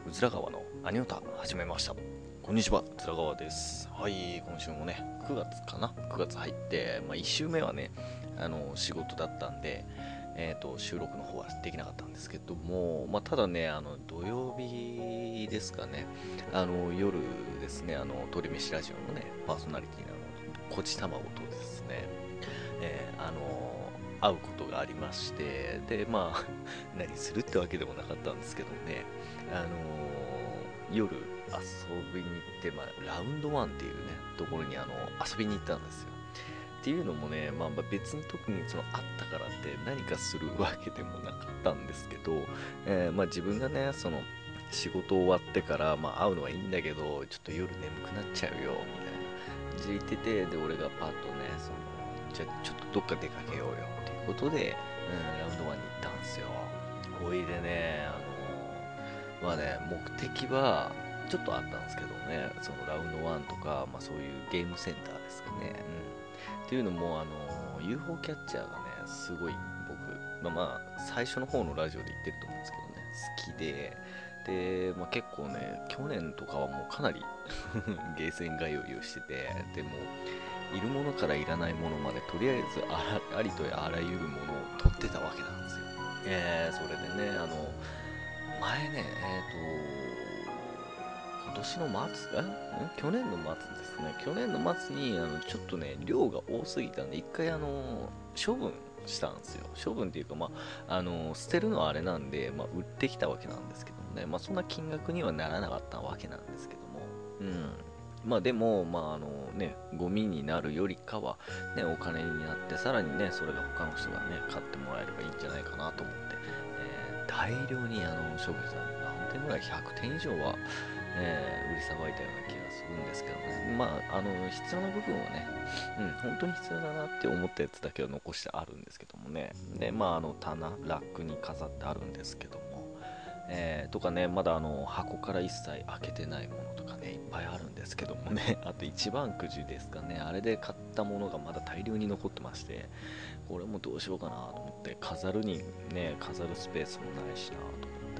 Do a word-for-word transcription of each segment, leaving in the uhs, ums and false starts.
うずら川のアニオタ始めました。こんにちは、うずら川です。はい、今週もね、くがつかな ?く 月入って、まあ、いち週目はね、あの仕事だったんで、えーと、収録の方はできなかったんですけども、まあ、ただね、あの土曜日ですかね、あの夜ですね、あの鳥飯ラジオのね、パーソナリティのあのこちたまごとですね、えーあの会うことがありまして、で、まあ、何するってわけでもなかったんですけどね、あの夜遊びに行って、まあ、ラウンドワンっていうね、ところにあの遊びに行ったんですよ。っていうのもね、まあ、まあ別に特にその会ったからって何かするわけでもなかったんですけど、えーまあ自分がね、その仕事終わってから、まあ、会うのはいいんだけど、ちょっと夜眠くなっちゃうよ、みたいな感じで言ってて、で、俺がパッとね、その、じゃあちょっとどっか出かけようよ、っていうことで、うん、ラウンドワンに行ったんですよ。ほいでね、あのまあね、目的は、ちょっとあったんですけどね、そのラウンドワンとか、まあそういうゲームセンターですかね。うん。っていうのも、あの ユーフォー キャッチャーがね、すごい僕、まあまあ、最初の方のラジオで言ってると思うんですけどね、好きで、で、まあ結構ね、去年とかはもうかなりゲーセン通いをしてて、でも、いるものからいらないものまで、とりあえずあらありとあらゆるものを取ってたわけなんですよ。えー、それでね、あの、前ね、えっ、と、今年の末、えん去年の末ですね。去年の末に、あの、ちょっとね、量が多すぎたんで、一回、あの、処分したんですよ。処分っていうか、まあ、あの、捨てるのはあれなんで、まあ、売ってきたわけなんですけどもね、まあ、そんな金額にはならなかったわけなんですけども、うん。まあでも、まああのね、ゴミになるよりかは、ね、お金になって、さらにね、それが他の人がね、買ってもらえればいいんじゃないかなと思って、えー大量にあの処分した、何点ぐらい、ひゃくてん以上は、えー売りさばいたような気がするんですけどね。まあ、あの、必要な部分はね、うん、本当に必要だなって思ったやつだけは残してあるんですけどもね。で、まあ、あの、棚、ラックに飾ってあるんですけども、えーとかね、まだあの、箱から一切開けてないものとかね、いっぱいあるんですけどもね、あと一番くじですかね、あれで買ったものがまだ大量に残ってまして、これもどうしようかなと思って、飾るにね、飾るスペースもないしなと思って、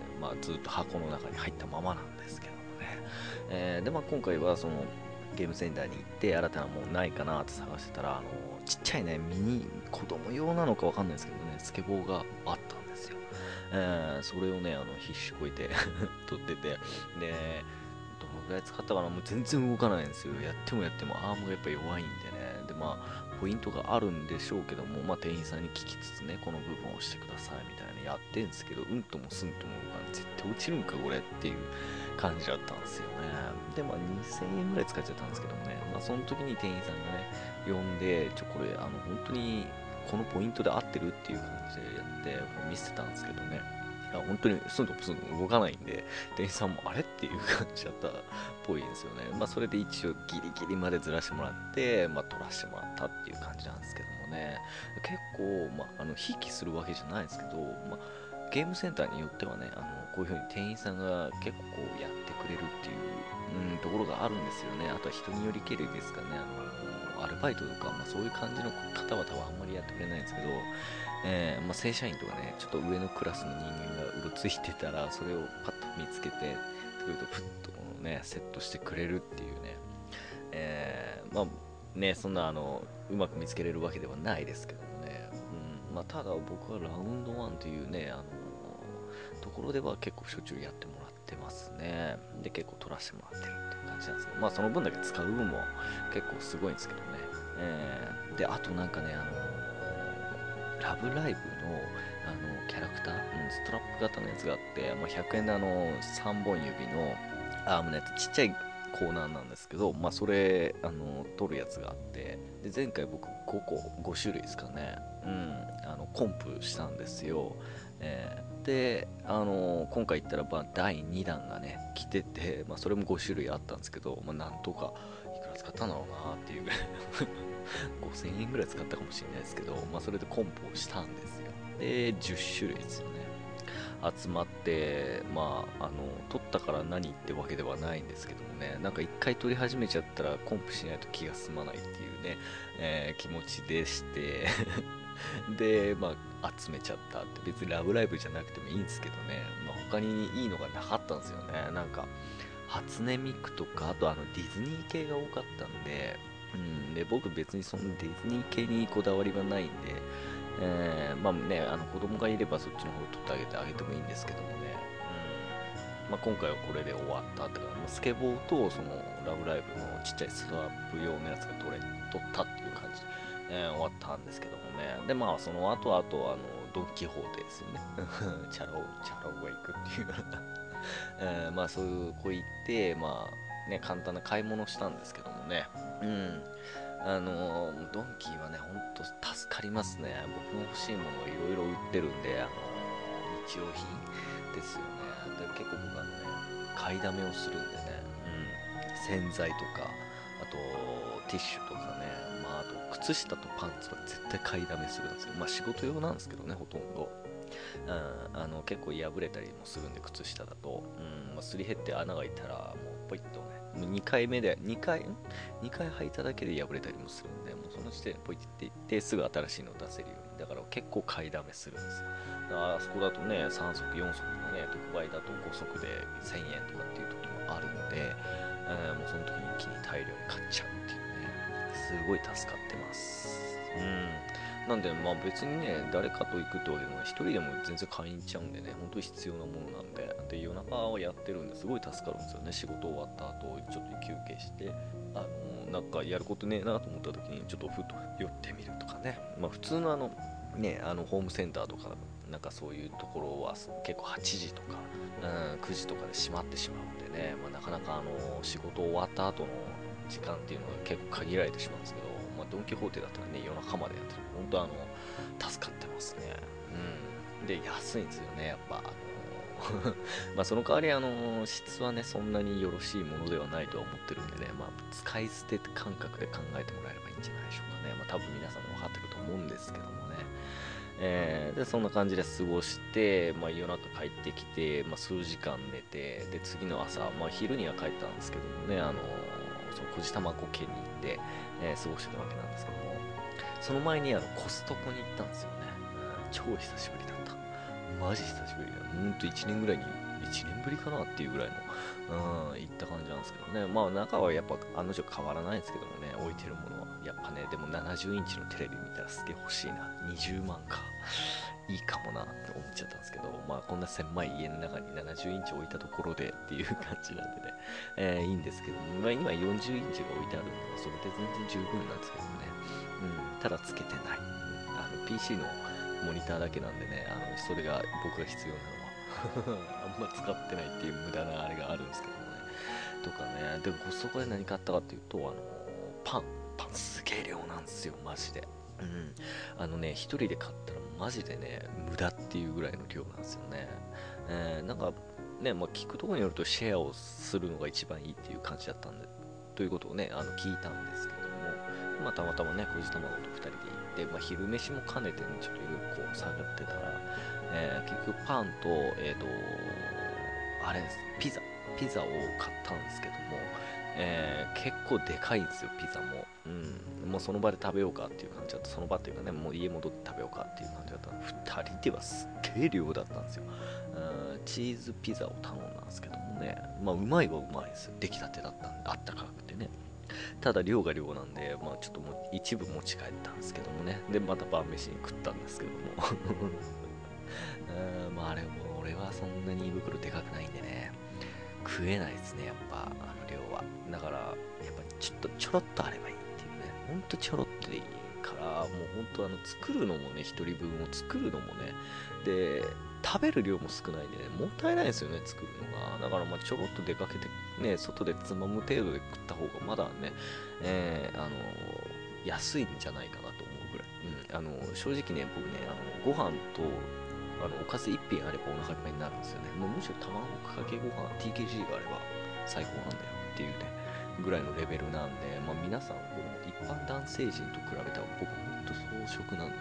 まあずっと箱の中に入ったままなんですけどもね。えーで、まあ今回はその、ゲームセンターに行って新たなものないかなって探してたら、あの、ちっちゃいね、ミニ、子供用なのかわかんないですけどね、スケボーがあったんですよ。えーそれをね、あの、必死こいて取ってて、で、どのぐらい使ったかな、もう全然動かないんですよ。やってもやってもアームがやっぱ弱いんでね。で、まあ、ポイントがあるんでしょうけども、まあ、店員さんに聞きつつね、この部分を押してくださいみたいなやってんすけど、うんともすんとも動かん、絶対落ちるんか、これっていう感じだったんですよね。で、まあ、にせんえんぐらい使っちゃったんですけどもね、まあ、その時に店員さんがね、呼んで、ちょ、これ、あの、本当に、このポイントで合ってるっていう感じでやって、見せてたんですけどね。いや本当にすんともすんとも動かないんで、店員さんもあれっていう感じだったっぽいんですよね。まあ、それで一応ギリギリまでずらしてもらって、まあ、取らせてもらったっていう感じなんですけどもね。結構、まあ、あの、ひいきするわけじゃないですけど、まあ、ゲームセンターによってはね、あの、こういう風に店員さんが結構こうやってくれるっていう、うん、ところがあるんですよね。あとは人によりけりですかね。あの、アルバイトとか、まあ、そういう感じの方は多分あんまりやってくれないんですけど、えーまあ、正社員とかね、ちょっと上のクラスの人間がうろついてたら、それをパッと見つけて、くると、ふっとね、セットしてくれるっていうね、えーまあね、そんなあの、うまく見つけれるわけではないですけどもね、うん、まあ、ただ僕はラウンドワンというね、あのところでは結構しょっちゅうやってもらってますね。で、結構取らせてもらってるっていう感じなんですけど、まあその分だけ使う分も結構すごいんですけどね。えーで、あとなんかね、あのラブライブのあのキャラクター、うん、ストラップ型のやつがあって、まあ、ひゃくえんであのさんぼん指のアームのやつ、ちっちゃいコーナーなんですけど、まあ、それあの取るやつがあって、で前回僕ごこ、ご種類ですかね、うん、あのコンプしたんですよ。えーで、あの今回言ったらばだいにだんがね来てて、まあ、それもご種類あったんですけど、まあ、なんとかいくら使ったんだろうなっていうぐらいごせんえんぐらい使ったかもしれないですけど、まあ、それでコンプをしたんですよ。で、じゅっしゅるいですよね。集まって、まあ、あの、取ったから何ってわけではないんですけどもね、なんか一回取り始めちゃったらコンプしないと気が済まないっていうね、えー気持ちでしてで、まあ、集めちゃったって、別にラブライブじゃなくてもいいんですけどね、まあ、他にいいのがなかったんですよね。なんか、初音ミクとか、あとあのディズニー系が多かったんで、うん、で僕別にそのディズニー系にこだわりはないんで、えーまあね、あの子供がいればそっちの方取ってあげてあげてもいいんですけどもね、うんまあ、今回はこれで終わったってか、まあ、スケボーとそのラブライブのちっちゃいストラップ用のやつが取れ取ったっていう感じで、えー終わったんですけどもね、でまあその後あとあのドン・キホーテですよねチャロチャロウェイクっていうえーまあそういうこう行って、まあね、簡単な買い物したんですけどもね、うん、あのードンキーはね、ほんと助かりますね。僕も欲しいものがいろいろ売ってるんで、あのー日用品ですよね。で結構僕あのね、買いだめをするんでね、うん、洗剤とか、あとティッシュとかね、まああと靴下とパンツは絶対買いだめするんですよ。まあ仕事用なんですけどね、ほとんど。うん、あの結構破れたりもするんで、靴下だと、うんまあ、すり減って穴が開いたらもうポイッとね、もうにかいめでにかいんにかい履いただけで破れたりもするんで、もうその時点でポイっていってすぐ新しいのを出せるように、だから結構買いだめするんですよ。だからあそこだとね、さん足よん足とかね、特売だとご足でせんえんとかっていう時もあるので、えーもうその時に一気に大量に買っちゃうっていうね、すごい助かってます。うんなんで、まあ別にね、誰かと行くってわけでもない、一人でも全然買いに行っちゃうんでね、本当に必要なものなんで、で、夜中をやってるんですごい助かるんですよね、仕事終わった後、ちょっと休憩して、あのなんかやることねえなと思った時に、ちょっとふと寄ってみるとかね、まあ普通のあの、ね、あのホームセンターとか、なんかそういうところは結構はちじとか、うん、くじとかで閉まってしまうんでね、まあ、なかなかあの仕事終わった後の時間っていうのが結構限られてしまうんですけど、まあ、ドン・キホーテだったらね、夜中までやってる。本当あの、助かってますね。うん。で、安いんですよね、やっぱ。あのまあその代わり、あの質はね、そんなによろしいものではないとは思ってるんでね、まあ、使い捨て感覚で考えてもらえればいいんじゃないでしょうかね。まあ、多分皆さんも分かってると思うんですけどもね。えーで、そんな感じで過ごして、まあ、夜中帰ってきて、まあ、数時間寝て、で、次の朝、まあ、昼には帰ったんですけどもね、あのその小じ卵家に行って、えー過ごしてたわけなんですけども、その前にあのコストコに行ったんですよね。うん超久しぶりだった。マジ久しぶりだ。ほんといちねんぐらいに、いちねんぶりかなっていうぐらいの、うん、行った感じなんですけどね。まあ中はやっぱ案の定変わらないんですけどもね、置いてるものは。やっぱね、でもななじゅうインチのテレビ見たらすげえ欲しいな。にじゅうまんか。いいかもなって思っちゃったんですけど、まあこんな狭い家の中にななじゅうインチ置いたところでっていう感じなんでね、えーいいんですけど、まあ今よんじゅうインチが置いてあるんで、それで全然十分なんですけどね。うん、ただつけてない。うんあの ピーシー のモニターだけなんでね、あのそれが僕が必要なのはあんま使ってないっていう無駄なあれがあるんですけどもね。とかね、でもコストコで何買ったかっていうと、あのパン、パンすげえ量なんですよ、マジで。うん。あのね、一人で買ったらマジでね、無駄っていうぐらいの量なんですよね。えー、なんか、ね、まあ、聞くところによるとシェアをするのが一番いいっていう感じだったんで、ということをね、あの聞いたんですけども、まあ、たまたまね、こじ卵とふたりで行って、まあ、昼飯も兼ねてね、ちょっといろいろこう探ってたら、えー結局パンと、えっ、と、あれです、ピザ、ピザを買ったんですけども、えー結構でかいんですよ、ピザも。うん。もうその場で食べようかっていう感じだった。その場っていうかね、もう家戻って食べようかっていう感じだった。ふたりではすっげえ量だったんですよ。うんチーズピザを頼んだんですけどもね、まあうまいはうまいですよ。出来たてだったんで、あったかくてね。ただ量が量なんで、まあちょっともう一部持ち帰ったんですけどもね。で、また晩飯に食ったんですけども。うんまああれも俺はそんなに胃袋でかくないんでね。食えないですね、やっぱ、あの量は。だから、やっぱちょっとちょろっとあればいいっていうね。ほんとちょろっとでいいから、もうほんとあの、作るのもね、一人分を作るのもね、で、食べる量も少ないんでね、もったいないですよね、作るのが。だからまあちょろっと出かけて、ね、外でつまむ程度で食った方がまだね、えー、あの安いんじゃないかなと思うぐらい。うん、あの、正直ね、僕ね、あの、ご飯と、あの、おかずいっ品あればお腹いっぱいになるんですよね。もうむしろ卵かけご飯、ティーケージー があれば最高なんだよっていうね、ぐらいのレベルなんで、まあ皆さん、この一般男性陣と比べたら僕ほんと草食なんでね。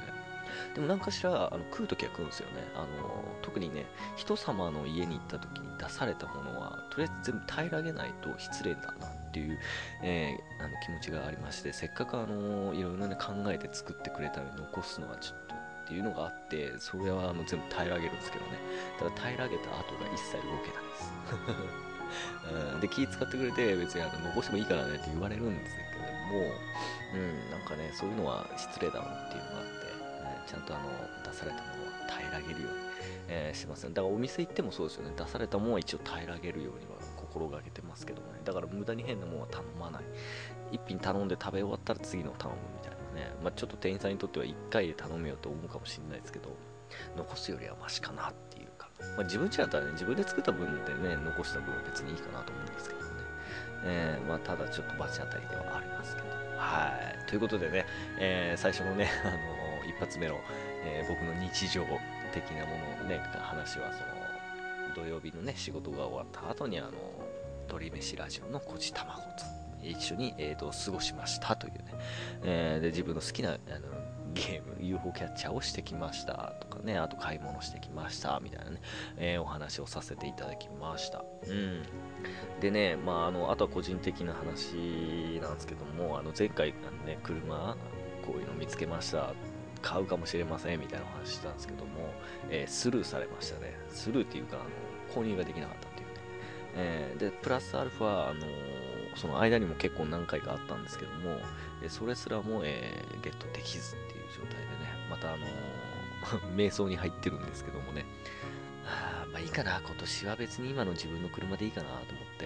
でも何かしらあの食うときは食うんですよね。あの特にね、人様の家に行ったときに出されたものはとりあえず全部平らげないと失礼だなっていう、えーあの気持ちがありまして、せっかくあのいろいろね考えて作ってくれたのに残すのはちょっとっていうのがあって、それはあの全部平らげるんですけどね。ただ平らげた後が一切動けないです。うん、で気使ってくれて別にあの残してもいいからねって言われるんですけども、うん、なんかねそういうのは失礼だろうっていうのがあって、えーちゃんとあの出されたものは平らげるように、えーしてます、ね、だからお店行ってもそうですよね。出されたものは一応平らげるようには心がけてますけどね。だから無駄に変なものは頼まない。一品頼んで食べ終わったら次の頼むみたいなね。まあ、ちょっと店員さんにとってはいっかいで頼めようと思うかもしれないですけど、残すよりはマシかなっていうか、まあ、自分家だったらね、自分で作った分でね、残した分は別にいいかなと思うんですけどね。えー、まあ、ただちょっと罰当たりではありますけど。はい。ということでね、えー最初のね、あのー一発目の、えー僕の日常的なものをね、話は、その、土曜日のね、仕事が終わった後に、あの、鳥飯ラジオのこじたまごと一緒に、えーと、過ごしましたというね、えーで、自分の好きな、あの、ゲーム、ユーフォー キャッチャーをしてきましたとかね、あと買い物してきましたみたいなね、えーお話をさせていただきました。うん。でね、まあ、あの、あとは個人的な話なんですけども、あの、前回、あのね、車、こういうの見つけました。買うかもしれませんみたいなお話したんですけども、えースルーされましたね。スルーっていうか、あの、購入ができなかったっていうね。えーで、プラスアルファ、あのーその間にも結構何回かあったんですけども、えそれすらも、えーゲットできずっていう状態でね、またあのー瞑想に入ってるんですけどもね、あーまあいいかな、今年は別に今の自分の車でいいかなと思って、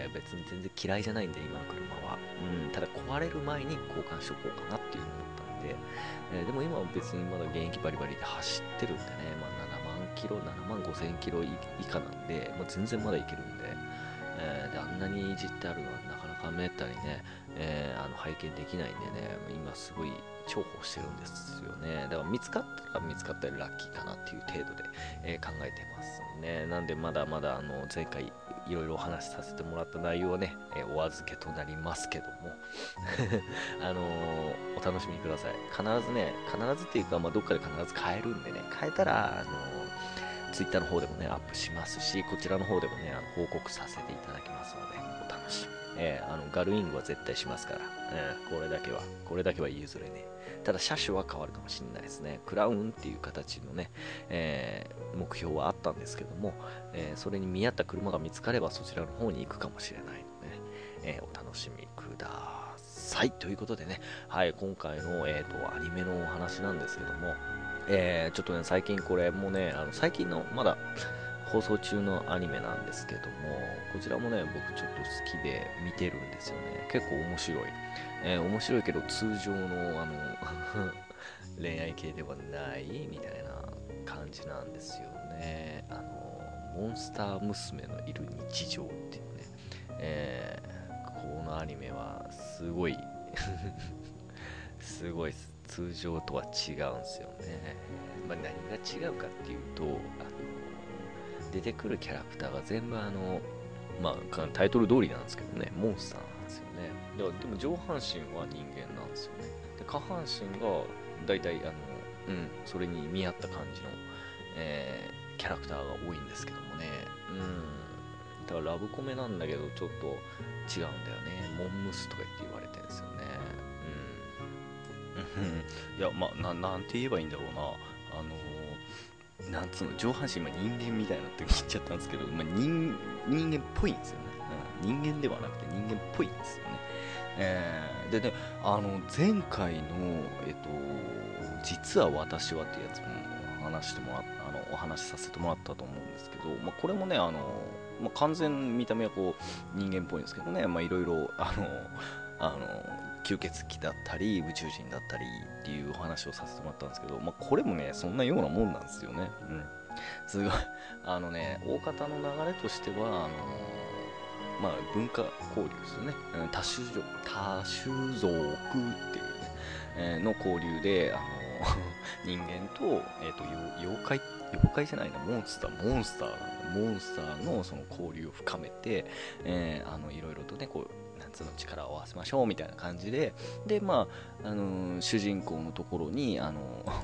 別に全然嫌いじゃないんで、今の車は。うん、ただ壊れる前に交換しとこうかなっていうのを思ったんで、えーでも今は別にまだ現役バリバリで走ってるんでね、まあななまんキロ、ななまんごせんキロ以下なんで、まあ、全然まだいけるんで、えーであんなにいじってあるのはなかなかめったにね、えーあの拝見できないんでね、今すごい重宝してるんですよね。だから見つかったら見つかったらラッキーかなっていう程度で、えー考えてますね。なんでまだまだあの前回いろいろお話しさせてもらった内容はね、えーお預けとなりますけどもあのーお楽しみください。必ずね、必ずっていうか、まあ、どっかで必ず買えるんでね、買えたら、あのー、ツイッターの方でもね、アップしますし、こちらの方でもね、あの報告させていただきますので、お楽しみ。えーあのガルイングは絶対しますから、えーこれだけは、これだけは譲れねえ。ただ車種は変わるかもしれないですね。クラウンっていう形のね、えー目標はあったんですけども、えーそれに見合った車が見つかればそちらの方に行くかもしれないので、ね、えーお楽しみください。ということでね、はい、今回の、えーと、アニメのお話なんですけども、えーちょっとね、最近これもね、あの最近のまだ放送中のアニメなんですけども、こちらもね、僕ちょっと好きで見てるんですよね。結構面白い。えー面白いけど通常の、あの恋愛系ではないみたいな感じなんですよね。あの、モンスター娘のいる日常っていうね、えーこのアニメはすごいすごい通常とは違うんですよね。まあ、何が違うかっていうと、あの出てくるキャラクターが全部あの、まあ、タイトル通りなんですけどね、モンスターなんですよね。ででも上半身は人間なんですよね。で下半身が大体あの、うん、それに見合った感じの、えーキャラクターが多いんですけどもね。うん。だからラブコメなんだけど、ちょっと違うんだよね。モンムスとか言って言われてるんですよね。うん。うんいや、まあ、ななんて言えばいいんだろうな。あのーなんつうの、上半身、今人間みたいなって言っちゃったんですけど、まあ、人人間っぽいんですよね、うん。人間ではなくて人間っぽいんですよね。えーでね、あの、前回の、えっと、実は私はっていうやつも話してもらっあの、お話しさせてもらったと思うんですけど、まあ、これもね、あの、まあ、完全見た目はこう、人間っぽいんですけどね、まあ、いろいろ、あの、あの、吸血鬼だったり、宇宙人だったりっていうお話をさせてもらったんですけど、まあ、これもね、そんなようなもんなんですよね。うん。すごい、あのね、大方の流れとしては、あのまあ、文化交流ですよね。うん多種族、多種族っていうね、えーの交流で、あの人間と、えっ、と、妖妖怪妖怪じゃないな、モンスター、モンスターなんだ。モンスターのその交流を深めて、えーあの、いろいろとね、こう、なんつうの、力を合わせましょうみたいな感じで、で、まあ、あのー主人公のところに、あの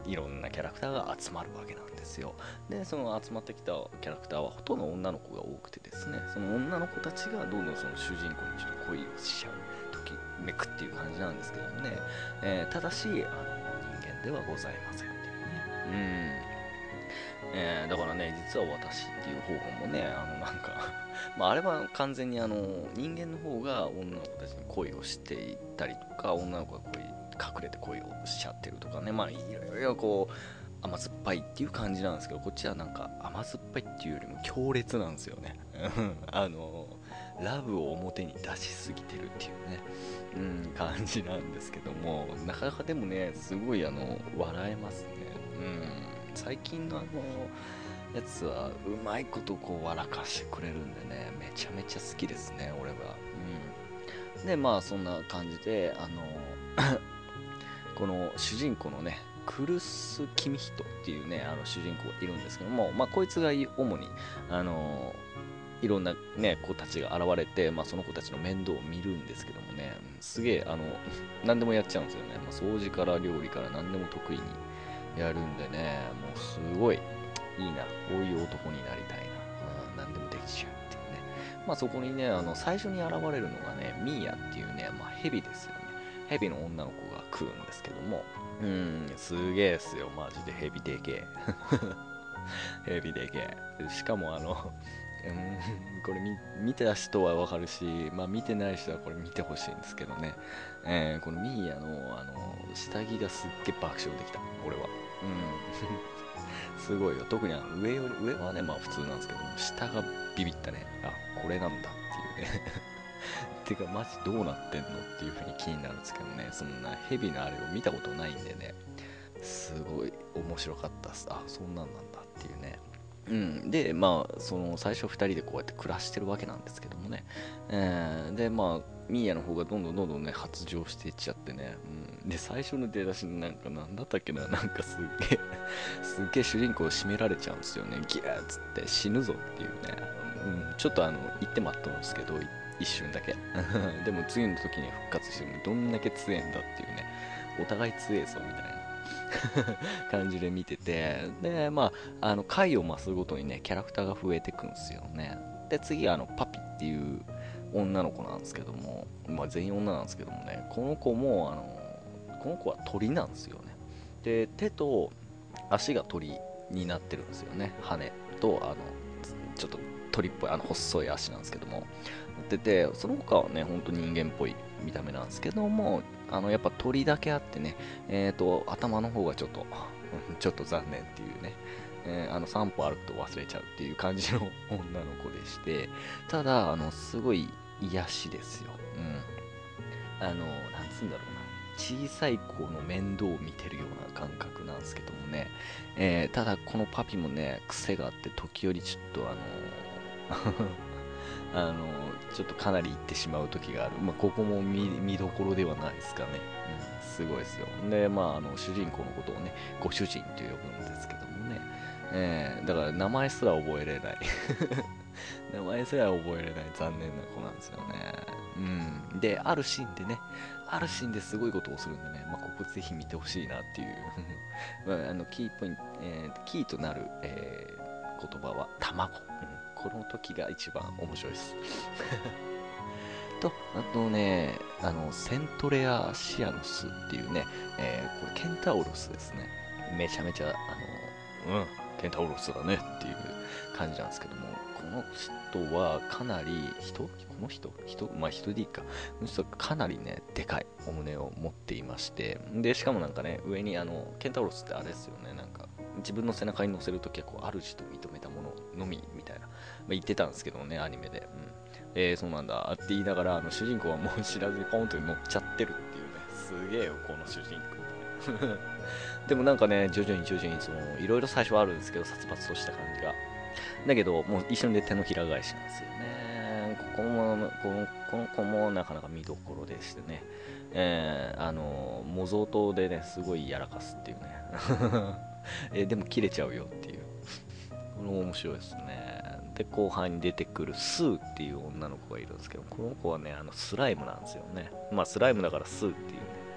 いろんなキャラクターが集まるわけなんですよ。でその集まってきたキャラクターはほとんど女の子が多くてですね、その女の子たちがどんどんその主人公にちょっと恋をしちゃうときめくっていう感じなんですけどもね、えーただしあの人間ではございませんっていうね。うんえーだからね、実は私っていう方法もね、あのなんかまあ、あれは完全にあの人間の方が女の子たちに恋をしていったりとか、女の子が恋隠れて恋をしちゃってるとかね、まあいろいろこう甘酸っぱいっていう感じなんですけど、こっちはなんか甘酸っぱいっていうよりも強烈なんですよね。あのラブを表に出しすぎてるっていうね、うん、感じなんですけども、なかなかでもね、すごいあの笑えますね。うん最近のあのやつはうまいことこう笑かしてくれるんでね、めちゃめちゃ好きですね俺は。うんでまあそんな感じであのこの主人公のねクルス・キミヒトっていうねあの主人公がいるんですけども、まあこいつが主にあのいろんな、ね、子たちが現れて、まあ、その子たちの面倒を見るんですけどもね、うんすげえあの何でもやっちゃうんですよね、まあ、掃除から料理から何でも得意にやるんでね、もうすごいいいな、こういう男になりたいな、うん、何でもできちゃうっていうね。まあそこにね、あの最初に現れるのがね、ミーヤっていうね、まあヘビですよね。ヘビの女の子が食うんですけども、うーん、すげえっすよ、マジでヘビでけえ。ヘビでけえ。しかもあの、うん、これ見見た人はわかるし、まあ見てない人はこれ見てほしいんですけどね、えーこのミーヤのあの下着がすっげえ爆笑できた、俺は。うん。すごいよ。特にあの上より、上はね、まあ普通なんですけども、下がビビったね。あ、これなんだっていうね。てか、マジどうなってんのっていう風に気になるんですけどね、そんなヘビのあれを見たことないんでね、すごい面白かったっす。あ、そんなんなんだっていうね。うん、で、まあ、その最初ふたりでこうやって暮らしてるわけなんですけどもね、えーで、まあ、ミーヤの方がどんどんどんどんね、発情していっちゃってね、うん、で、最初の出だしなんか、なんだったっけな、なんかすっげえ、すっげえ主人公を締められちゃうんですよね、ギューッつって死ぬぞっていうね、うん、ちょっとあの、言ってまっとうんですけど、一瞬だけ。でも次の時に復活してもどんだけ強えんだっていうね、お互い強えぞみたいな。感じで見てて、で、まあ、あの回を増すごとにね、キャラクターが増えてくんですよね。で、次、あのパピっていう女の子なんですけども、まあ、全員女なんですけどもね、この子も、あのこの子は鳥なんですよね。で、手と足が鳥になってるんですよね。羽と、あの、ちょっと鳥っぽい、あの細い足なんですけども、なってて、その他はね、ほんと人間っぽい見た目なんですけども、あのやっぱ鳥だけあってね、えーと、頭の方がちょっと、ちょっと残念っていうね、えーあの散歩歩くと忘れちゃうっていう感じの女の子でして、ただ、あの、すごい癒しですよ。うん。あの、なんつうんだろうな。小さい子の面倒を見てるような感覚なんですけどもね、えーただこのパピもね、癖があって、時折ちょっとあのあのちょっとかなり行ってしまう時がある、まあ、ここも 見, 見どころではないですかね、うん、すごいですよ。で、まあ、あの主人公のことをねご主人と呼ぶんですけどもね、えーだから名前すら覚えれない名前すら覚えれない残念な子なんですよね。うん、であるシーンでねあるシーンですごいことをするんでね、まあ、ここぜひ見てほしいなっていうまあ、あのキーポイント、えーキーとなる、えー言葉は卵、うん、この時が一番面白いですと、あとね、あのセントレアシアノスっていうね、えーこれケンタウロスですね。めちゃめちゃ、あの、うん、ケンタウロスだねっていう感じなんですけども、この人はかなり、人この人人まあ人でいいか。この人はかなりね、でかいお胸を持っていまして、で、しかもなんかね、上にあの、ケンタウロスってあれですよね、なんか、自分の背中に乗せるときはこう、主と認めたもののみみたいな、まあ、言ってたんですけどね、アニメで。うんえー、そうなんだって言いながら、あの主人公はもう知らずにポンと乗っちゃってるっていうね、すげえよ、この主人公。でもなんかね、徐々に徐々にその、いろいろ最初はあるんですけど、殺伐とした感じが。だけど、もう一瞬で手のひら返しなんですよね。ここも、このこの子もなかなか見どころでしてね、えー、あの、模造刀でね、すごいやらかすっていうね。えーでも切れちゃうよっていう。これも面白いですね。で、後半に出てくるスーっていう女の子がいるんですけど、この子はね、あのスライムなんですよね。まあ、スライムだからスーっていうね。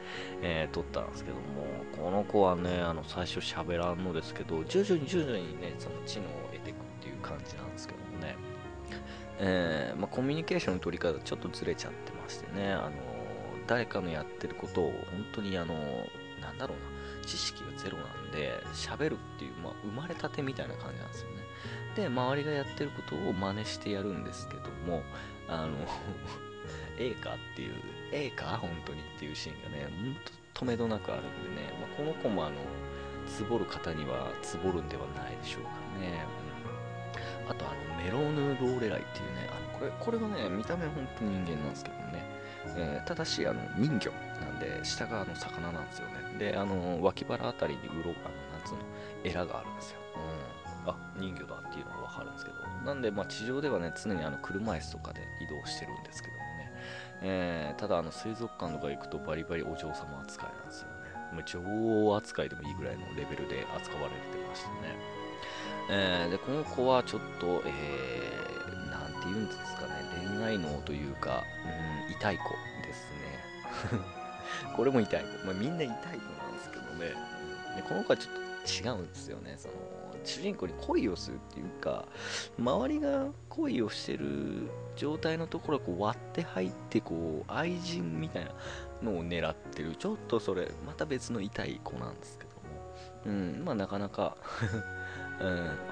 えー撮ったんですけども、この子はね、あの最初喋らんのですけど、徐々に徐々にね、その知能を得ていくっていう感じなんですけどもね、えーまあ、コミュニケーションの取り方ちょっとずれちゃってましてね、あの誰かのやってることを本当にあのなんだろうな、知識がゼロなんで喋るっていう、まあ、生まれたてみたいな感じなんですよね。で、周りがやってることを真似してやるんですけども、あのええかっていう、ええか本当にっていうシーンがね、ほんと止めどなくあるんでね、まあ、この子もあのつぼる方にはつぼるんではないでしょうかね。うん、あとあのメローヌ・ローレライっていうね、あのこれこれがね、見た目は本当に人間なんですけどね、えーただしあの人魚なんで、下があの魚なんですよね。で、あの脇腹あたりにうろ、あのなんつうの、エラがあるんですよ。うん、あ、人魚だっていうのがわかるんですけど、なんで、まあ、地上ではね、常にあの車椅子とかで移動してるんですけどもね、えーただあの水族館とか行くとバリバリお嬢様扱いなんですよね。まあ女王扱いでもいいぐらいのレベルで扱われてましたね。えーで、この子はちょっと、えー、なんて言うんですかね、恋愛脳というか、うん、痛い子ですね。これも痛い子。まあ、みんな痛い子なんですけどね。うんで、この子はちょっと違うんですよね。その、主人公に恋をするっていうか、周りが恋をしてる状態のところをこう割って入って、こう、愛人みたいなのを狙ってる。ちょっとそれ、また別の痛い子なんですけども。うん、まあなかなかうん、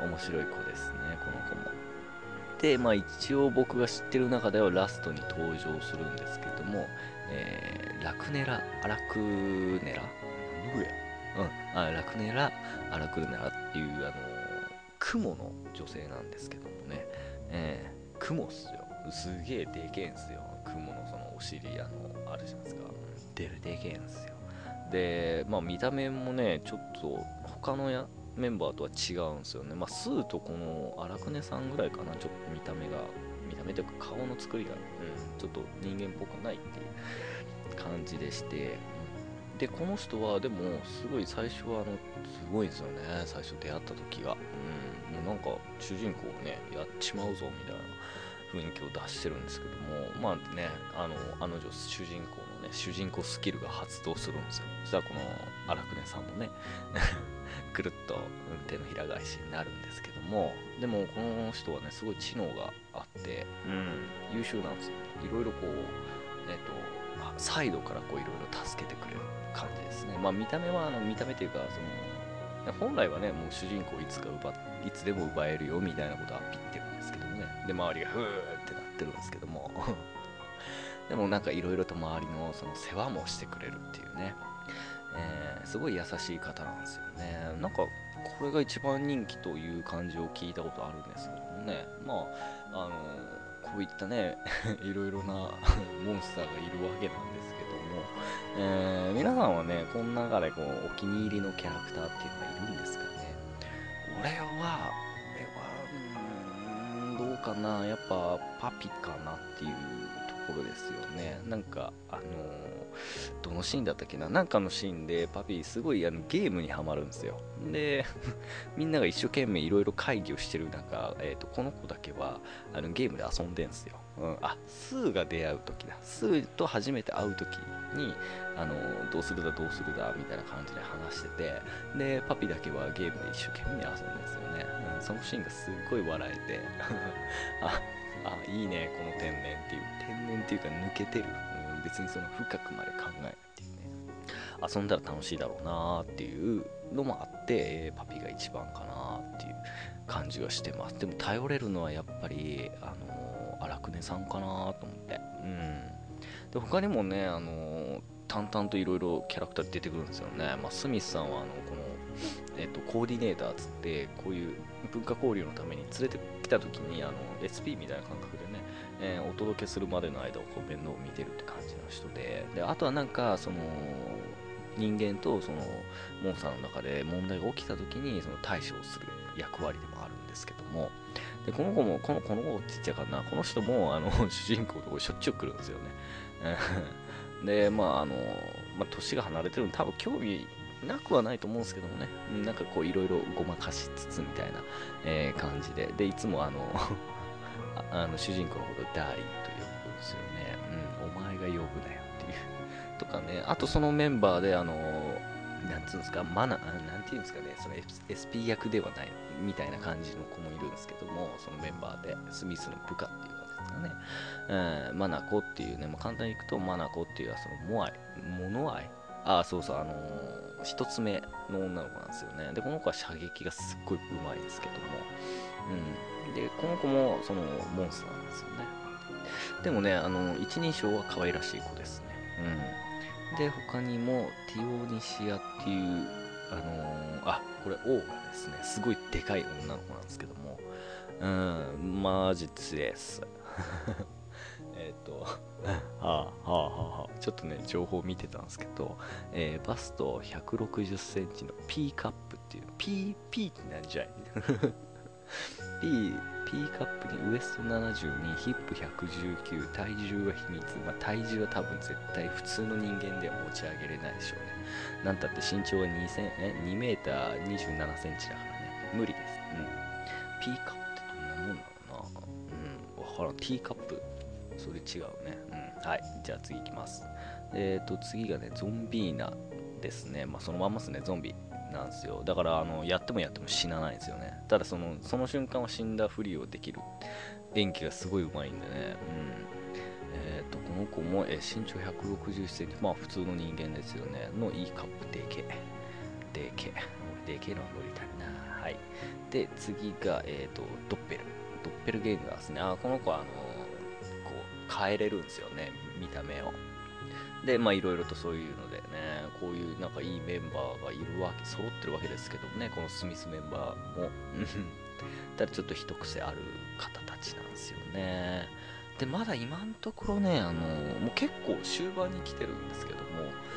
面白い子ですね、この子も。で、まあ一応僕が知ってる中ではラストに登場するんですけども、えー、ラクネラ、アラクネラなんどこやうん、あ、ラクネラ、アラクネラっていう、あのー雲の女性なんですけどもね、えー、雲っすよ。すげえでけえんすよ。雲のそのお尻、あの、あるじゃないですか。ででけえんすよ。で、まあ見た目もね、ちょっと他のやメンバーとは違うんですよね。まあ、スーとこの荒久根さんぐらいかな、ちょっと見た目が、見た目というか顔の作りが、うん、ちょっと人間っぽくないっていう感じでして、うん、で、この人は、でも、すごい最初は、あの、すごいですよね、最初出会った時が。うん、もうなんか、主人公をね、やっちまうぞ、みたいな雰囲気を出してるんですけども、まあね、あの、あの女、主人公のね、主人公スキルが発動するんですよ。そしたらこの荒久根さんもね、くるっと手のひら返しになるんですけども、でもこの人はね、すごい知能があって、うん、優秀なんですよね。いろいろこう、えっ、と、サイドからこういろいろ助けてくれる感じですね。まあ見た目は、あの見た目というか、その、本来はね、もう主人公いつか奪っいつでも奪えるよみたいなことはピってるんですけどもね。で、周りがふーってなってるんですけども。でもなんかいろいろと周りのその世話もしてくれるっていうね。えーすごい優しい方なんですよね。なんか、これが一番人気という感じを聞いたことあるんですけどもね。まあ、あのこういったね、いろいろなモンスターがいるわけなんですけども、えー皆さんはね、この中でこうお気に入りのキャラクターっていうのはいるんですかね。俺は、俺は、うーん、どうかな。やっぱ、パピかなっていうところですよね。なんか、あのーどのシーンだったっけな。なんかのシーンで、パピすごいあのゲームにはまるんですよ。で、みんなが一生懸命いろいろ会議をしてる中、えーと、この子だけはあのゲームで遊んでんすよ。うん、あ、スーが出会う時だ。スーと初めて会う時に、あのどうするだどうするだみたいな感じで話してて、で、パピだけはゲームで一生懸命遊んでるんですよね。うん、そのシーンがすっごい笑えて、あ、あ、いいね、この天然っていう。天然っていうか抜けてる。うん、別にその深くまで考えないっていうね。遊んだら楽しいだろうなっていうのもあって、パピが一番かなっていう感じがしてます。でも頼れるのはやっぱり、あのー、荒久根さんかなと思って。うん。で、他にもね、あのー淡々といろいろキャラクター出てくるんですよね。まあ、スミスさんはあのこの、えっと、コーディネーターっつってこういう文化交流のために連れてきた時にあの エスピー みたいな感覚でね、えーお届けするまでの間をこう面倒を見てるって感じの人で、であとはなんかその人間とそのモンスターの中で問題が起きた時にその対処をする役割でもあるんですけども、でこの子もこのこの子ちっちゃいかな、この人もあの主人公としょっちゅう来るんですよね。で、まああの、まあ、年が離れてるんで多分興味なくはないと思うんですけどもね、なんかこういろいろごまかしつつみたいな、えー感じで、でいつもあのああの主人公のことをダーリンと呼ぶんですよね。うん、お前が呼ぶなよっていうとかね、あとそのメンバーで、あの、なんつうんですか、マナ、あなんていうんですかね、その エスピー 役ではないみたいな感じの子もいるんですけども、そのメンバーで、スミスの部下っていうかですかね、えーマナコっていうね、まあ、簡単にいくと、マナコっていうのはそのモアイ、モノアイ、ああ、そうそう、あのー一つ目の女の子なんですよね。で、この子は射撃がすっごい上手いんですけども、うん。で、この子もそのモンスターなんですよね。でもね、あの、一人称は可愛らしい子ですね。うん。で、他にも、ティオニシアっていう、あのーあ、これ、オーがですね、すごいでかい女の子なんですけども、うん、マジです。えっと、はあ、はあ、はあ、はあ、ちょっとね、情報見てたんですけど、えーバストひゃくろくじゅっセンチの P カップっていう、P、P ってなんじゃいP、P カップにウエストななじゅうに、ヒップひゃくじゅうきゅう、体重は秘密。まあ、体重は多分絶対普通の人間では持ち上げれないでしょうね。なんたって身長はにセンえにメーターにじゅうななセンチだからね。無理です。うん。P カップってどんなもんだろうな。うん。わからん。T カップ。それ違うね。うん。はい。じゃあ次行きます。えっ、ー、と、次がね、ゾンビーナですね。まあ、そのまんまですね、ゾンビ。なんですよ。だからあのやってもやっても死なないんですよね。ただそのその瞬間は死んだふりをできる演技がすごい上手いんでね。うん。えっ、ー、とこの子も、えー身長ひゃくろくじゅっセンチ、まあ普通の人間ですよね。のいいカップでけでけでけのは無理だな。はい。で次がえっ、ー、とドッペルドッペルゲンガーですね。あこの子はあのこう変えれるんですよね。見た目を。で、まあいろいろとそういうのでね、こういうなんかいいメンバーがいるわけ、揃ってるわけですけどもね、このスミスメンバーも。ただちょっと一癖ある方たちなんですよね。で、まだ今のところね、あの、もう結構終盤に来てるんですけども、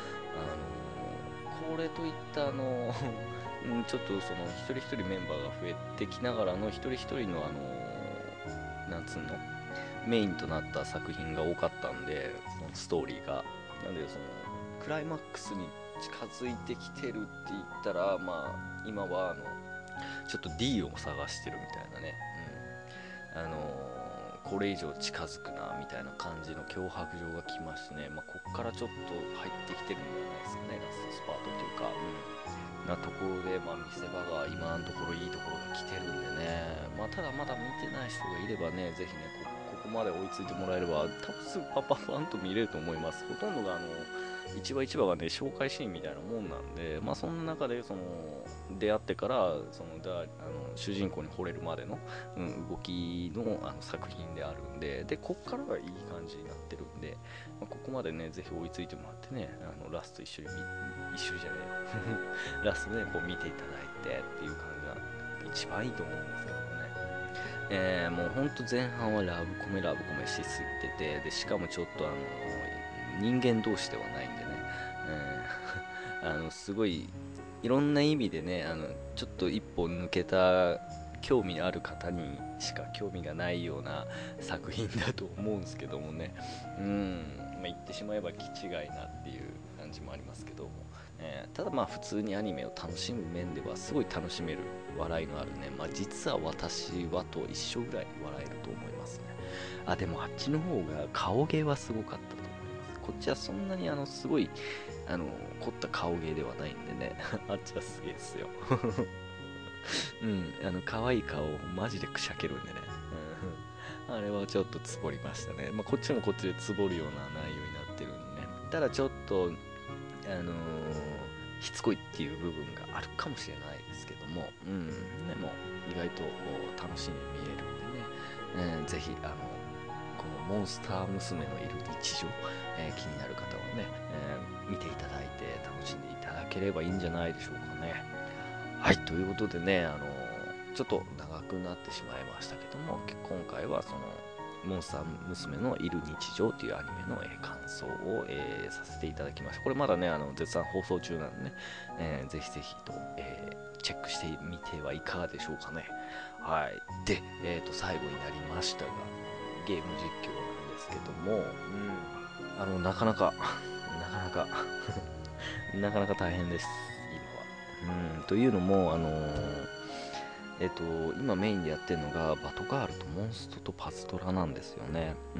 あの、これといったあの、うんちょっとその一人一人メンバーが増えてきながらの一人一人のあの、なんつうの、メインとなった作品が多かったんで、そのストーリーが。なんで、その、クライマックスに近づいてきてるって言ったら、まあ、今は、あの、ちょっと D を探してるみたいなね。うん。あのーこれ以上近づくな、みたいな感じの脅迫状が来ましてね、まあ、こっからちょっと入ってきてるんじゃないですかね、ラストスパートというか、うん。なところで、まあ、見せ場が今のところいいところが来てるんでね、まあ、ただまだ見てない人がいればね、ぜひね、こここまで追いついてもらえれば、多分すぐパパパンと見れると思います。ほとんどがあの一話一話がね、紹介シーンみたいなもんなんで、まあそんな中でその出会ってからそのだあの主人公に惚れるまでの、うん、動きのあの作品であるんで、でこっからがいい感じになってるんで、まあ、ここまでねぜひ追いついてもらってね、あのラスト一緒に見一緒じゃねえよラストねこう見ていただいてっていう感じが一番いいと思うんですけどもね。えー、もうほんと前半はラブコメラブコメしすぎてて、でしかもちょっとあの人間同士ではないんでね、えーあのすごいいろんな意味でね、あのちょっと一歩抜けた興味のある方にしか興味がないような作品だと思うんですけどもね、うん、まあ、言ってしまえば気違いなっていう感じもありますけども、えーただまあ普通にアニメを楽しむ面ではすごい楽しめる笑いのあるね、まあ、実は私はと一緒ぐらい笑えると思いますね。あでもあっちの方が顔芸はすごかったと思います。こっちはそんなにあのすごいあの凝った顔芸ではないんでねあっちはすげえっすようんあの可愛い顔をマジでくしゃけるんでね、うん、あれはちょっとつぼりましたね。まあ、こっちもこっちでつぼるような内容になってるんでね。ただちょっとあのーしつこいっていう部分があるかもしれないですけども、うん、でも意外と楽しんで見えるんでね、えーぜひあのこのモンスター娘のいる日常、えー気になる方はね、えー見ていただいて楽しんでいただければいいんじゃないでしょうかね。はい、ということでね、あのちょっと長くなってしまいましたけども、今回はそのモンスター娘のいる日常というアニメの、えー感想を、えーさせていただきました。これまだね、あの絶賛放送中なんでね、えーぜひぜひと、えーチェックしてみてはいかがでしょうかね。はい。で、えーと、最後になりましたが、ゲーム実況なんですけども、うん、あの、なかなか、なかなかなかなか大変です、今は。うん、というのも、あのーえっと、今メインでやってるのがバトガールとモンストとパズドラなんですよね。うん。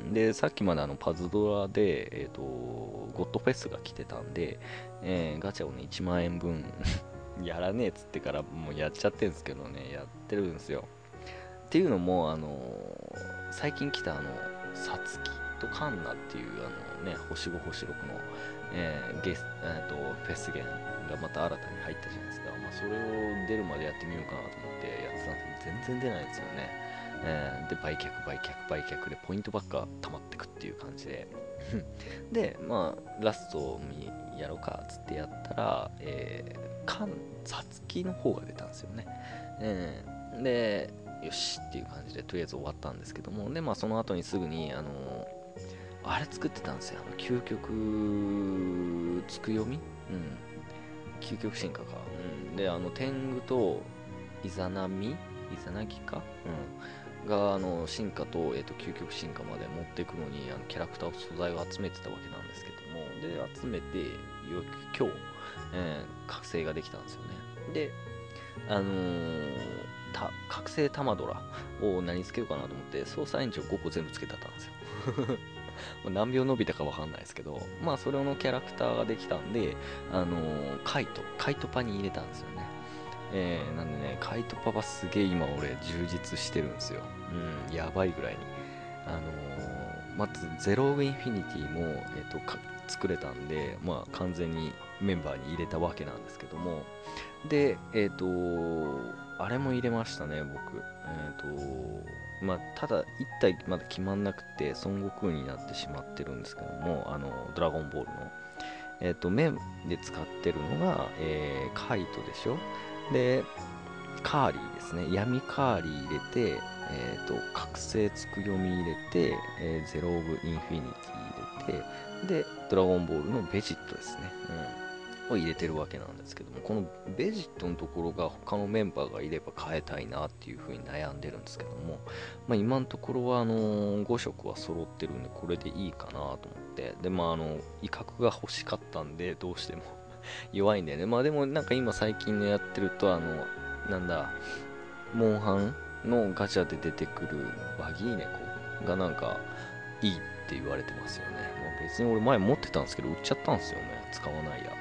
で、さっきまであのパズドラで、えっと、ゴッドフェスが来てたんで、えーガチャをね、いちまんえんぶんやらねえっつってからもうやっちゃってるんですけどね、やってるんですよ。っていうのも、あのー最近来たあの、さつきとカンナっていうあのね、星ご星ろくの、えーゲスえーとフェスゲンがまた新たに入ったじゃないですか。まあ、それを出るまでやってみようかなと思ってやってたんですけど、全然出ないんですよね。えーで、売却、売却、売却でポイントばっか溜まってくっていう感じで。で、まあ、ラストにやろうかっつってやったら、えー、カン、さつきの方が出たんですよね。えーで、よしっていう感じでとりあえず終わったんですけども、で、まあ、その後にすぐに、あのーあれ作ってたんですよ、あの究極つく読み、うん、究極進化か、うん、で、あの天狗とイザナミイザナギか、うん、があの進化と、えー、と究極進化まで持っていくのにあのキャラクター素材を集めてたわけなんですけども、で集めてようやく今日、えー覚醒ができたんですよね。で、あのーた覚醒玉ドラを何つけようかなと思って操作延長ごこ全部つけてたんですよ。何秒伸びたかわかんないですけど、まあそれのキャラクターができたんで、あのーカイト、カイトパに入れたんですよね。えー、なんでね、カイトパはすげえ今俺充実してるんですよ。うん、やばいぐらいに。あのーまずゼロウインフィニティも、えーとか作れたんで、まあ完全にメンバーに入れたわけなんですけども、で、えっ、とあれも入れましたね、僕。えっ、とまあ、ただ、一体まだ決まんなくて、孫悟空になってしまってるんですけども、あの、ドラゴンボールの。えっ、と、面で使ってるのが、えー、カイトでしょ。で、カーリーですね。闇カーリー入れて、えっ、と、覚醒つく読み入れて、えーゼロオブインフィニティ入れて、で、ドラゴンボールのベジットですね。うん。を入れてるわけなんですけども、このベジットのところが他のメンバーがいれば変えたいなっていう風に悩んでるんですけども、まあ、今のところはあのーご色は揃ってるんで、これでいいかなと思って、で、まあ、あの、威嚇が欲しかったんで、どうしても弱いんだよね。まあでもなんか今最近のやってると、あの、なんだ、モンハンのガチャで出てくるバギーネコがなんかいいって言われてますよね。まあ、別に俺前持ってたんですけど売っちゃったんですよね。使わないやと思って。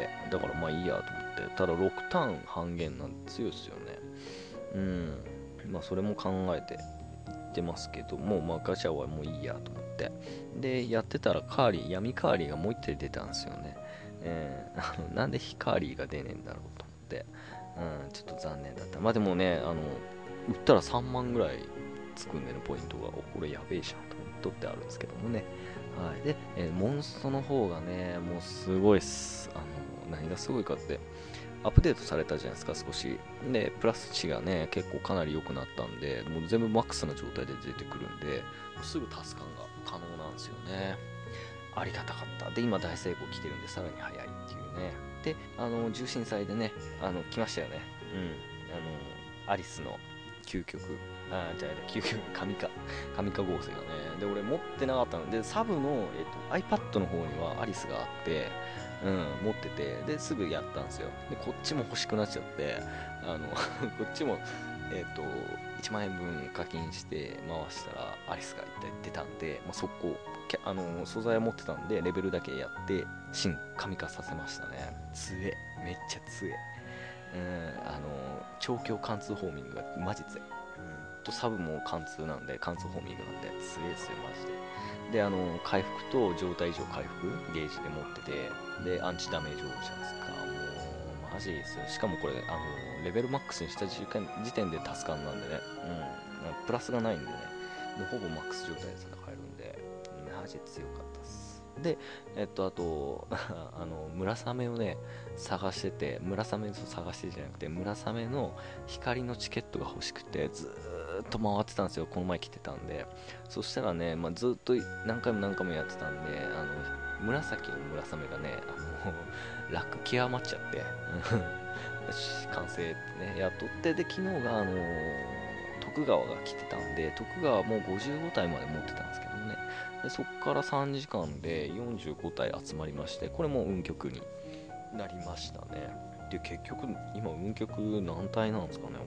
だからまあいいやと思って。ただろくターン半減なんで強いですよね。うん。まあそれも考えて言ってますけども、まあガチャはもういいやと思って。で、やってたらカーリー、闇カーリーがもう一体出たんですよね。えー、あのなんでヒカーリーが出ねえんだろうと思って。うん、ちょっと残念だった。まあでもね、あの、売ったらさんまんぐらいつくんでね、ポイントが。お、これやべえじゃんと思っとってあるんですけどもね。はい。で、えーモンストの方がね、もうすごいっす。あの、何がすごいかって、アップデートされたじゃないですか、少し。で、プラス値がね、結構かなり良くなったんで、もう全部マックスな状態で出てくるんで、もうすぐタスカンが可能なんですよね。ありがたかった。で、今大成功来てるんで、さらに早いっていうね。で、あの、重心祭でね、あの、来ましたよね。うん。あの、アリスの究極、あ、じゃあ、究極、神か、神か合成がね。で、俺持ってなかったので、サブの、えっと、iPad の方にはアリスがあって、うん、持ってて、で、すぐやったんですよ。で、こっちも欲しくなっちゃって、あの、こっちも、えっと、いちまんえんぶん課金して回したらアリスが出たんで、まあ、速攻あの素材を持ってたんでレベルだけやって進神化させましたね。強え、めっちゃ強え。うん、あの長距貫通ホーミングがマジ強い。うん、とサブも貫通なんで貫通ホーミングなんで強いですよマジで。で、あの回復と状態以上回復ゲージで持ってて、でアンチダメージオールじゃないですか。もうマジですよ。しかもこれあのレベルマックスにした時間時点でタスカンなんでね、うん、プラスがないんでね、もうほぼマックス状態で戦えるんでマジ強かったっす。で、えっと、あと、あの、村雨をね、探してて、村雨を探してじゃなくて、村雨の光のチケットが欲しくて、ずーっと回ってたんですよ。この前来てたんで。そしたらね、まあ、ずっと何回も何回もやってたんで、あの、紫の村雨がね、あの、ラック極まっちゃって、よし、完成ってね、やっとって、で、昨日が、あの徳川が来てたんで、徳川もうごじゅうご体まで持ってたんですけどね。でそこからさんじかんでよんじゅうご体集まりまして、これも運極になりましたね。で、結局、今運極何体なんですかね、俺。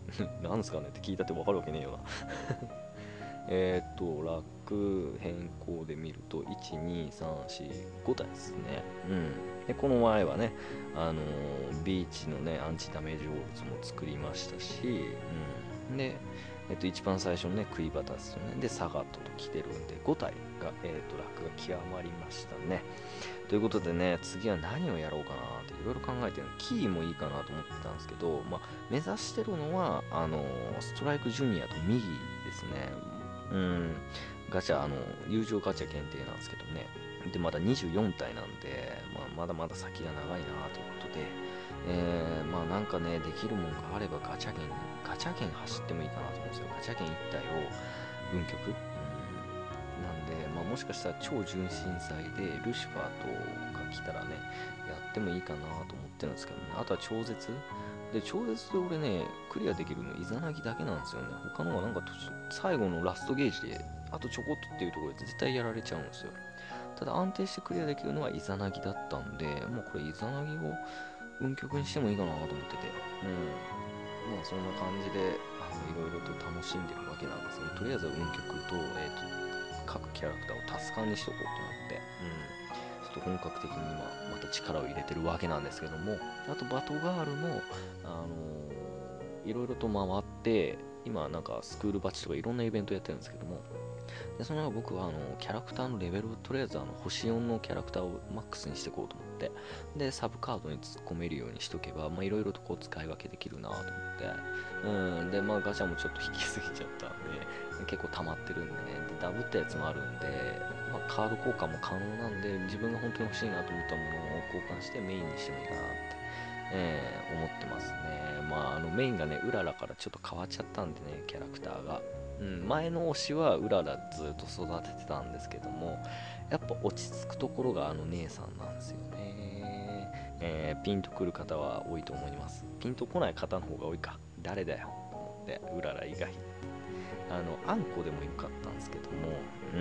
なんですかねって聞いたって分かるわけねえよな。えっと、楽変更で見ると、いち、に、さん、よん、ご体ですね。うん。で、この前はね、あのービーチのね、アンチダメージウォールズも作りましたし、うん。で、えっと、一番最初のね、クイバタスよね。で、サガットと来てるんで、ご体が、えっと、楽が極まりましたね。ということでね、次は何をやろうかなっていろいろ考えてる。キーもいいかなと思ってたんですけど、まあ、目指してるのは、あのーストライクジュニアとミギですね。うん、ガチャ、あの、友情ガチャ限定なんですけどね。で、まだにじゅうよん体なんで、まあ、まだまだ先が長いなということで、えー、まあなんかね、できるもんがあればガチャ券、ガチャ券走ってもいいかなと思うんですよ。ガチャ券いち体を運極、うん、なんで、まあ、もしかしたら超純真祭でルシファーとか来たらね、やってもいいかなと思ってるんですけどね。あとは超絶で、超絶で俺ね、クリアできるのイザナギだけなんですよね。他のはなんか最後のラストゲージで、あとちょこっとっていうところで絶対やられちゃうんですよ。ただ安定してクリアできるのはイザナギだったんで、もうこれイザナギを運極にしてもいいかなと思ってて、うん。まあそんな感じで、あの、いろいろと楽しんでるわけなんですけど、とりあえずは運極と、えっ、と、各キャラクターをタスカンにしとこうと思って、うん。ちょっと本格的に今、また力を入れてるわけなんですけども、あとバトガールも、あのーいろいろと回って、今なんかスクールバッジとかいろんなイベントやってるんですけども、でその中僕はあのキャラクターのレベルをとりあえずあの星よんのキャラクターをマックスにしていこうと思って、でサブカードに突っ込めるようにしとけばいろいろとこう使い分けできるなと思って、うんでまあガチャもちょっと引きすぎちゃったんで結構溜まってるんでね、でダブったやつもあるんで、まあ、カード交換も可能なんで、自分が本当に欲しいなと思ったものを交換してメインにしてもいいかなって、えー思ってますね。まああのメインがね、うららからちょっと変わっちゃったんでね、キャラクターが。うん、前の推しはうららずっと育ててたんですけども、やっぱ落ち着くところがあの姉さんなんですよね。えーピンとくる方は多いと思います。ピンとこない方の方が多いか。誰だよと思って、うらら以外。あの、あんこでもよかったんですけども、うん、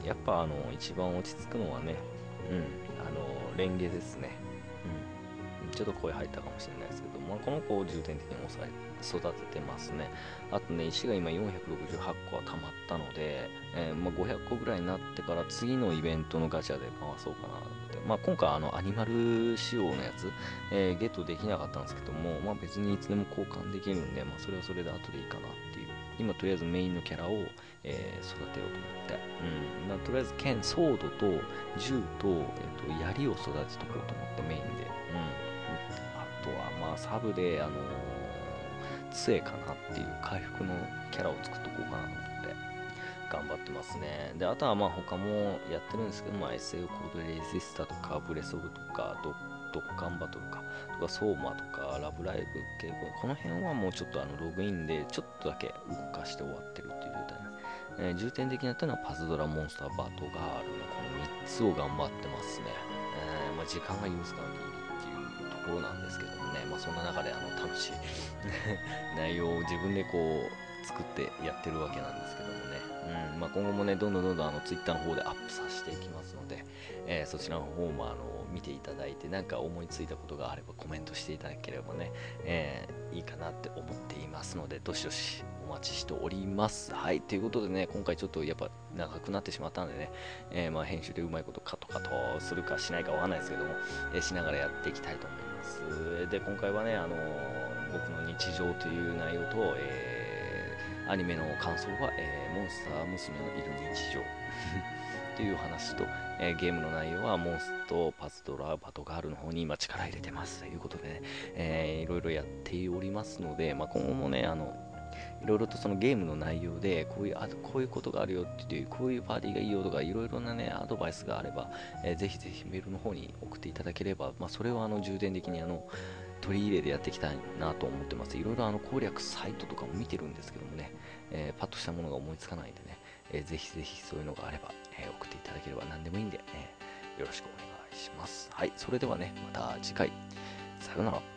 やっぱあの、一番落ち着くのはね、うん、あの、レンゲですね。うん、ちょっと声入ったかもしれないですけど、まあ、この子を重点的に抑え育ててますね。あとね、石が今よんひゃくろくじゅうはち個は溜まったので、えーまあ、ごひゃっこぐらいになってから次のイベントのガチャで回そうかなと思って、まあ、今回あのアニマル仕様のやつ、えーゲットできなかったんですけども、まあ、別にいつでも交換できるんで、まあ、それはそれで後でいいかなっていう。今とりあえずメインのキャラを、えー育てようと思って、うんまあ、とりあえず剣、ソードと銃と、えーと槍を育てとこうと思ってメインで、うん、あとはまあサブであのー、杖かなっていう回復のキャラを作っとこうかなと思って頑張ってますね。で、あとはまあ他もやってるんですけど、まあ エスエー コードレジスタとかブレスオブとかドドッカンバトルかとかソーマとかラブライブ系、この辺はもうちょっとあのログインでちょっとだけ動かして終わってるっていう状態です。えー重点的にやったのはパズドラモンスターバトガールのこのみっつを頑張ってますね。えーまあ、時間が許す限りっていうところなんですけどもね、まあ、そんな中であの楽しい内容を自分でこう作ってやってるわけなんですけどもね、うんまあ、今後もねどんどんどんどんあの Twitter の方でアップさせていきますので、えーそちらの方もあの見ていただいて、なんか思いついたことがあればコメントしていただければね、えーいいかなって思っていますので、どしどしお待ちしております。はい、ということでね、今回ちょっとやっぱ長くなってしまったんでね、えーまあ編集でうまいことカットカットするかしないかわかんないですけども、えーしながらやっていきたいと思います。で、今回はね、あのー僕の日常という内容と、えーアニメの感想は、えーモンスター娘のいる日常という話と、えーゲームの内容はモンスト、パズドラ、バトガールの方に今力入れてますということでね、えーいろいろやっておりますので、まあ、今後もね、あの、いろいろとそのゲームの内容でこういうあこういうことがあるよっていう、こういうパーティーがいいよとかいろいろなねアドバイスがあれば、えーぜひぜひメールの方に送っていただければ、まあ、それをあの重点的にあの取り入れてやっていきたいなと思ってます。いろいろあの攻略サイトとかも見てるんですけどもね、えーパッとしたものが思いつかないんでね、えーぜひぜひそういうのがあれば、えー送っていただければ何でもいいんで、えーよろしくお願いします。はい、それではね、また次回、さようなら。